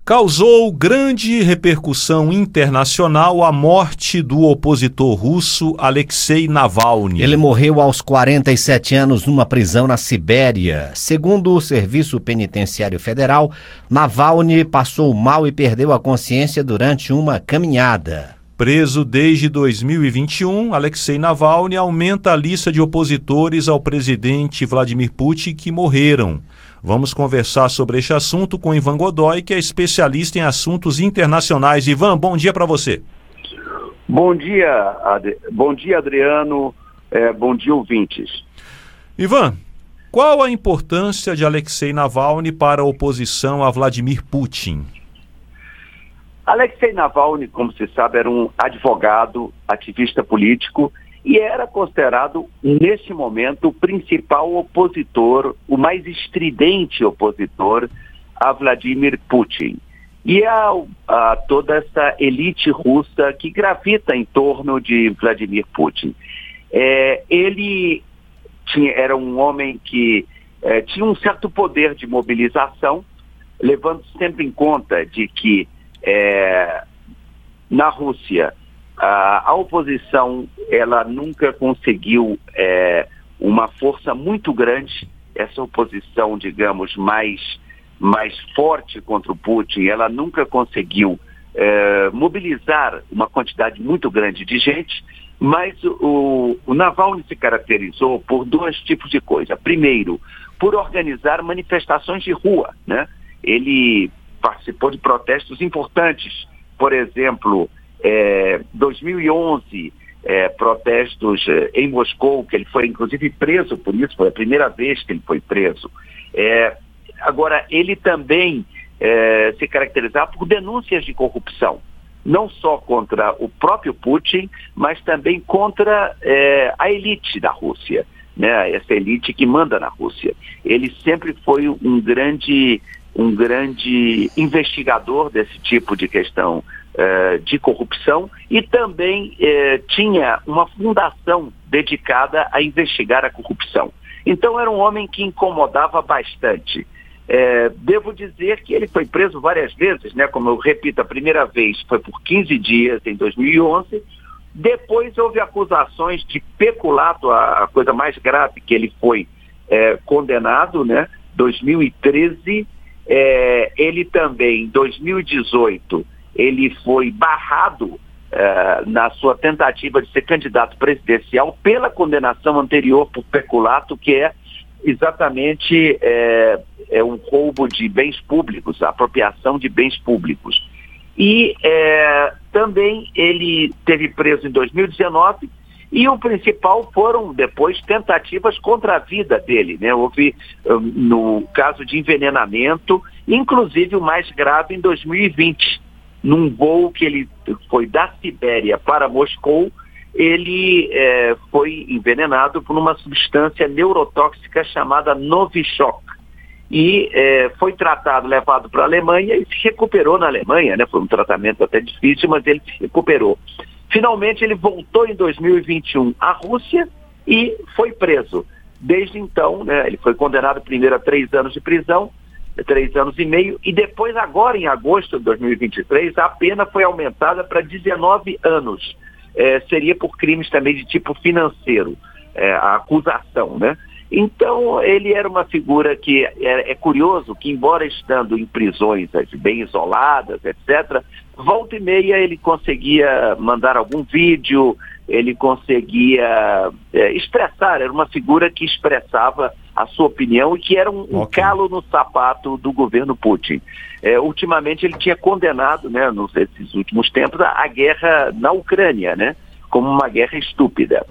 Causou grande repercussão internacional a morte do opositor russo Alexei Navalny. Ele morreu aos 47 anos numa prisão na Sibéria. Segundo o Serviço Penitenciário Federal, Navalny passou mal e perdeu a consciência durante uma caminhada. Preso desde 2021, Alexei Navalny aumenta a lista de opositores ao presidente Vladimir Putin que morreram. Vamos conversar sobre este assunto com Ivan Godoy, que é especialista em assuntos internacionais. Ivan, bom dia para você. Bom dia, Adriano. Bom dia, ouvintes. Ivan, qual a importância de Alexei Navalny para a oposição a Vladimir Putin? Alexei Navalny, como se sabe, era um advogado, ativista político e era considerado, neste momento, o principal opositor, o mais estridente opositor a Vladimir Putin. E a toda essa elite russa que gravita em torno de Vladimir Putin. Ele era um homem que tinha um certo poder de mobilização, levando sempre em conta de que na Rússia a oposição ela nunca conseguiu uma força muito grande, essa oposição, digamos, mais forte contra o Putin, ela nunca conseguiu mobilizar uma quantidade muito grande de gente, mas o Navalny se caracterizou por dois tipos de coisa. Primeiro, por organizar manifestações de rua, né? Ele participou de protestos importantes, por exemplo, 2011, protestos em Moscou, que ele foi inclusive preso por isso, foi a primeira vez que ele foi preso. Agora, ele também se caracterizava por denúncias de corrupção, não só contra o próprio Putin, mas também contra a elite da Rússia, né? Essa elite que manda na Rússia. Ele sempre foi um grande investigador desse tipo de questão de corrupção e também tinha uma fundação dedicada a investigar a corrupção. Então era um homem que incomodava bastante. Devo dizer que ele foi preso várias vezes, né? Como eu repito, a primeira vez foi por 15 dias em 2011, depois houve acusações de peculato, a coisa mais grave que ele foi condenado, né? 2013, ele também, em 2018, ele foi barrado na sua tentativa de ser candidato presidencial pela condenação anterior por peculato, que é exatamente um roubo de bens públicos, a apropriação de bens públicos. E também ele esteve preso em 2019 e o principal foram depois tentativas contra a vida dele, né? Houve, no caso de envenenamento, inclusive o mais grave em 2020, num voo que ele foi da Sibéria para Moscou, ele foi envenenado por uma substância neurotóxica chamada Novichok. E foi tratado, levado para a Alemanha e se recuperou na Alemanha, né? Foi um tratamento até difícil, mas ele se recuperou. Finalmente ele voltou em 2021 à Rússia e foi preso. Desde então, né, ele foi condenado primeiro a 3 anos de prisão, 3 anos e meio, e depois agora em agosto de 2023 a pena foi aumentada para 19 anos. Seria por crimes também de tipo financeiro, a acusação, né? Então ele era uma figura que é curioso que, embora estando em prisões bem isoladas, etc., volta e meia ele conseguia mandar algum vídeo, ele conseguia expressar, era uma figura que expressava a sua opinião e que era um calo no sapato do governo Putin. Ultimamente ele tinha condenado, né, nesses últimos tempos, a guerra na Ucrânia, né, como uma guerra estúpida.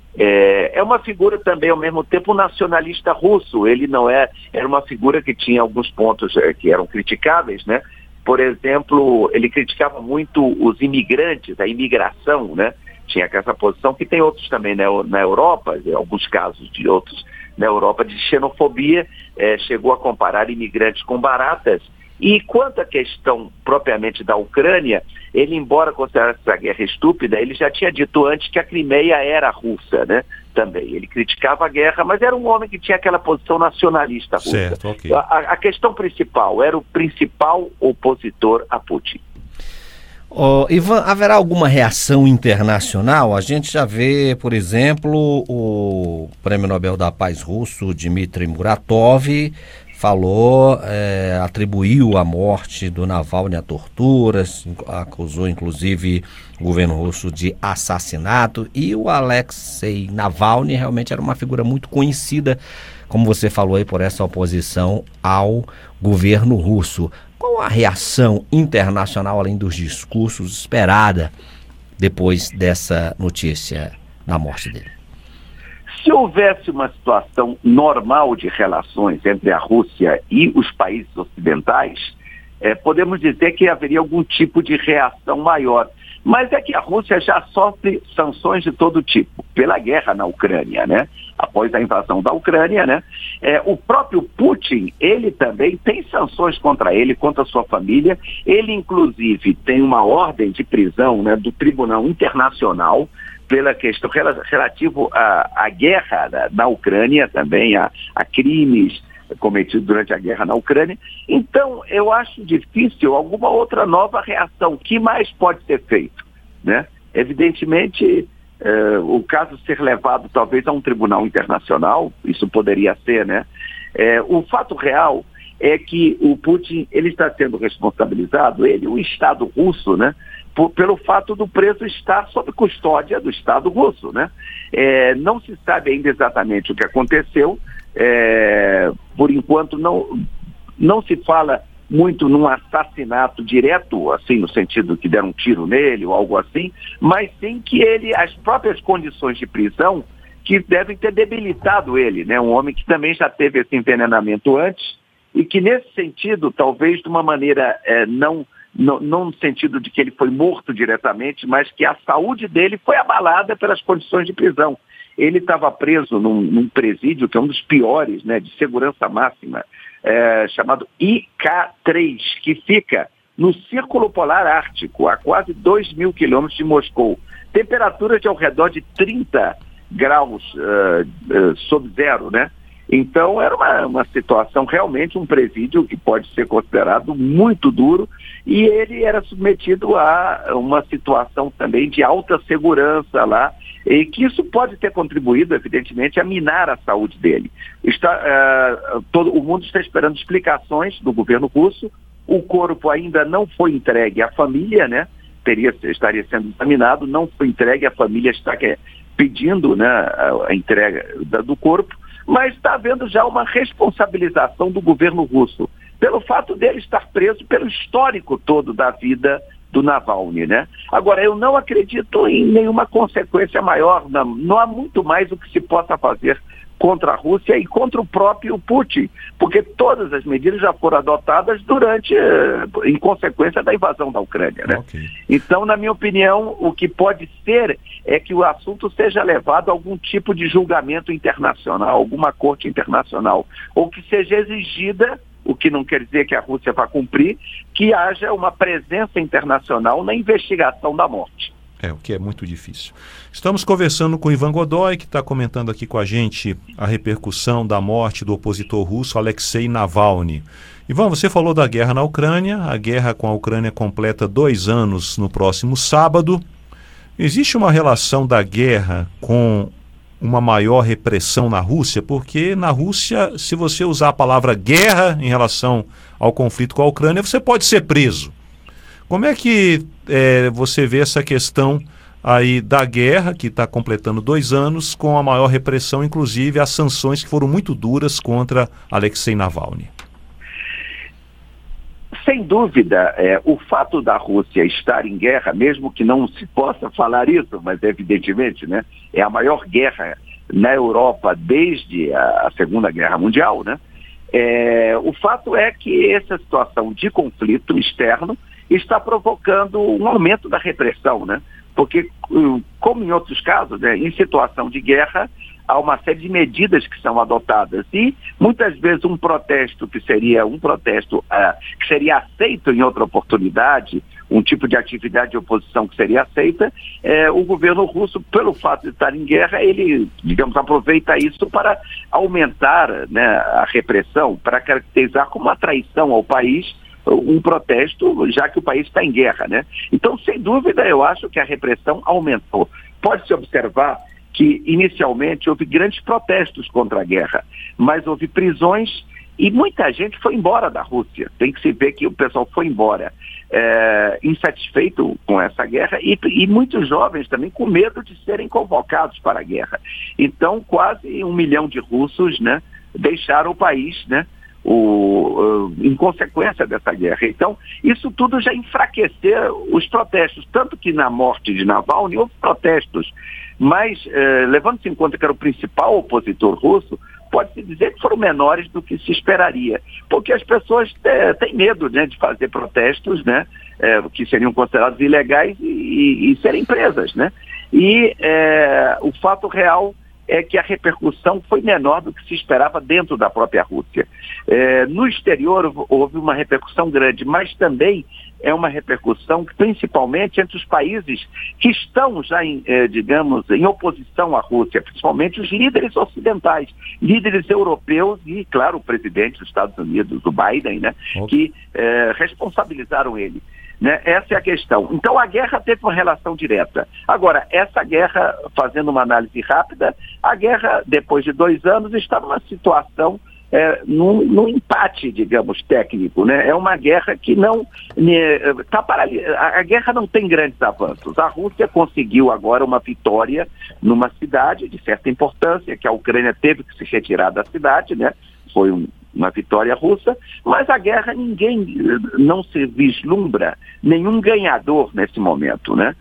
É uma figura também, ao mesmo tempo, nacionalista russo. Ele não era uma figura que tinha alguns pontos que eram criticáveis, né? Por exemplo, ele criticava muito os imigrantes, a imigração, né? Tinha essa posição que tem outros também na Europa, alguns casos de outros na Europa de xenofobia, chegou a comparar imigrantes com baratas E quanto à questão propriamente da Ucrânia, ele, embora considerasse a guerra estúpida, ele já tinha dito antes que a Crimeia era russa, né? Também. Ele criticava a guerra, mas era um homem que tinha aquela posição nacionalista russa. Certo, ok. A questão principal, era o principal opositor a Putin. Ivan, haverá alguma reação internacional? A gente já vê, por exemplo, o Prêmio Nobel da Paz russo, Dmitry Muratov, atribuiu a morte do Navalny a torturas, acusou inclusive o governo russo de assassinato, e o Alexei Navalny realmente era uma figura muito conhecida, como você falou aí, por essa oposição ao governo russo. Qual a reação internacional, além dos discursos, esperada depois dessa notícia da morte dele? Se houvesse uma situação normal de relações entre a Rússia e os países ocidentais, podemos dizer que haveria algum tipo de reação maior. Mas é que a Rússia já sofre sanções de todo tipo, pela guerra na Ucrânia, né? Após a invasão da Ucrânia, né? O próprio Putin, ele também tem sanções contra ele, contra a sua família. Ele, inclusive, tem uma ordem de prisão, né, do Tribunal Internacional pela questão relativo à guerra na Ucrânia, também a crimes cometidos durante a guerra na Ucrânia. Então, eu acho difícil alguma outra nova reação. O que mais pode ser feito, né? Evidentemente, o caso ser levado talvez a um tribunal internacional, isso poderia ser, né? O fato real é que o Putin, ele está sendo responsabilizado, o Estado russo, né? Pelo fato do preso estar sob custódia do Estado russo, né? Não se sabe ainda exatamente o que aconteceu. Por enquanto não se fala muito num assassinato direto, assim, no sentido que deram um tiro nele ou algo assim, mas sim que as próprias condições de prisão que devem ter debilitado ele, né? Um homem que também já teve esse envenenamento antes e que, nesse sentido, talvez de uma maneira não no sentido de que ele foi morto diretamente, mas que a saúde dele foi abalada pelas condições de prisão. Ele estava preso num presídio que é um dos piores, né, de segurança máxima, chamado IK-3, que fica no Círculo Polar Ártico, a quase 2.000 quilômetros de Moscou. Temperaturas de ao redor de 30 graus sob zero, né? Então, era uma situação, realmente um presídio que pode ser considerado muito duro, e ele era submetido a uma situação também de alta segurança lá, e que isso pode ter contribuído, evidentemente, a minar a saúde dele. O mundo está esperando explicações do governo russo, o corpo ainda não foi entregue à família, né? Estaria sendo examinado, não foi entregue, a família está pedindo, né, a entrega do corpo, mas está havendo já uma responsabilização do governo russo, pelo fato dele estar preso, pelo histórico todo da vida do Navalny, né? Agora, eu não acredito em nenhuma consequência maior, não há muito mais o que se possa fazer contra a Rússia e contra o próprio Putin, porque todas as medidas já foram adotadas em consequência da invasão da Ucrânia, né? Okay. Então, na minha opinião, o que pode ser é que o assunto seja levado a algum tipo de julgamento internacional, alguma corte internacional, ou que seja exigida, o que não quer dizer que a Rússia vá cumprir, que haja uma presença internacional na investigação da morte. O que é muito difícil. Estamos conversando com Ivan Godoy, que está comentando aqui com a gente a repercussão da morte do opositor russo Alexei Navalny. Ivan, você falou da guerra na Ucrânia. A guerra com a Ucrânia completa 2 anos no próximo sábado. Existe uma relação da guerra com uma maior repressão na Rússia? Porque na Rússia, se você usar a palavra guerra em relação ao conflito com a Ucrânia, você pode ser preso. Como é que você vê essa questão aí da guerra, que está completando 2 anos, com a maior repressão, inclusive as sanções que foram muito duras contra Alexei Navalny? Sem dúvida, o fato da Rússia estar em guerra, mesmo que não se possa falar isso, mas evidentemente, né, é a maior guerra na Europa desde a Segunda Guerra Mundial, né? O fato é que essa situação de conflito externo está provocando um aumento da repressão, né? Porque, como em outros casos, né, em situação de guerra, há uma série de medidas que são adotadas e muitas vezes um protesto que seria aceito em outra oportunidade, um tipo de atividade de oposição que seria aceita, o governo russo, pelo fato de estar em guerra, ele, digamos, aproveita isso para aumentar, né, a repressão, para caracterizar como uma traição ao país um protesto, já que o país está em guerra, né? Então, sem dúvida, eu acho que a repressão aumentou. Pode-se observar que, inicialmente, houve grandes protestos contra a guerra, mas houve prisões e muita gente foi embora da Rússia. Tem que se ver que o pessoal foi embora insatisfeito com essa guerra e muitos jovens também com medo de serem convocados para a guerra. Então, quase 1 milhão de russos, né, deixaram o país, né, em consequência dessa guerra. Então, isso tudo já enfraqueceu os protestos, tanto que na morte de Navalny houve protestos, mas levando-se em conta que era o principal opositor russo, pode-se dizer que foram menores do que se esperaria, porque as pessoas têm medo, né, de fazer protestos, né, que seriam considerados ilegais e serem presas, né? E o fato real é que a repercussão foi menor do que se esperava dentro da própria Rússia. No exterior houve uma repercussão grande, mas também é uma repercussão que, principalmente entre os países que estão já, digamos, em oposição à Rússia, principalmente os líderes ocidentais, líderes europeus e, claro, o presidente dos Estados Unidos, o Biden, né, que responsabilizaram ele. Né? Essa é a questão. Então a guerra teve uma relação direta. Agora, essa guerra, fazendo uma análise rápida, a guerra, depois de 2 anos, está numa situação, num empate, digamos, técnico, né? É uma guerra que não está paralisada. A guerra não tem grandes avanços. A Rússia conseguiu agora uma vitória numa cidade de certa importância, que a Ucrânia teve que se retirar da cidade, né? Foi uma vitória russa, mas a guerra não se vislumbra nenhum ganhador nesse momento, né?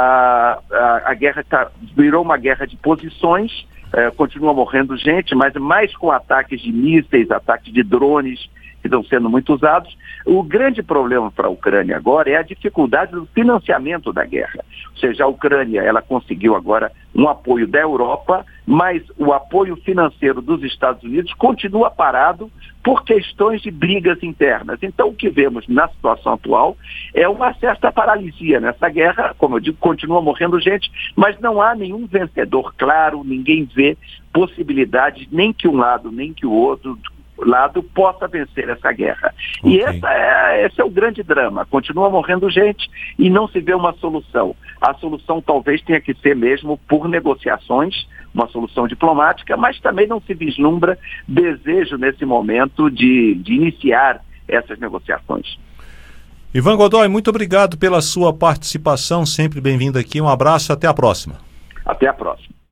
A guerra virou uma guerra de posições, continua morrendo gente, mas mais com ataques de mísseis, ataques de drones que estão sendo muito usados. O grande problema para a Ucrânia agora é a dificuldade do financiamento da guerra. Ou seja, a Ucrânia, ela conseguiu agora um apoio da Europa, mas o apoio financeiro dos Estados Unidos continua parado por questões de brigas internas. Então, o que vemos na situação atual é uma certa paralisia nessa guerra. Como eu digo, continua morrendo gente, mas não há nenhum vencedor claro, ninguém vê possibilidade nem que um lado, nem que o outro lado possa vencer essa guerra. Okay. E esse é o grande drama. Continua morrendo gente e não se vê uma solução. A solução talvez tenha que ser mesmo por negociações, uma solução diplomática, mas também não se vislumbra desejo nesse momento de iniciar essas negociações. Ivan Godoy, muito obrigado pela sua participação, sempre bem-vindo aqui. Um abraço, até a próxima. Até a próxima.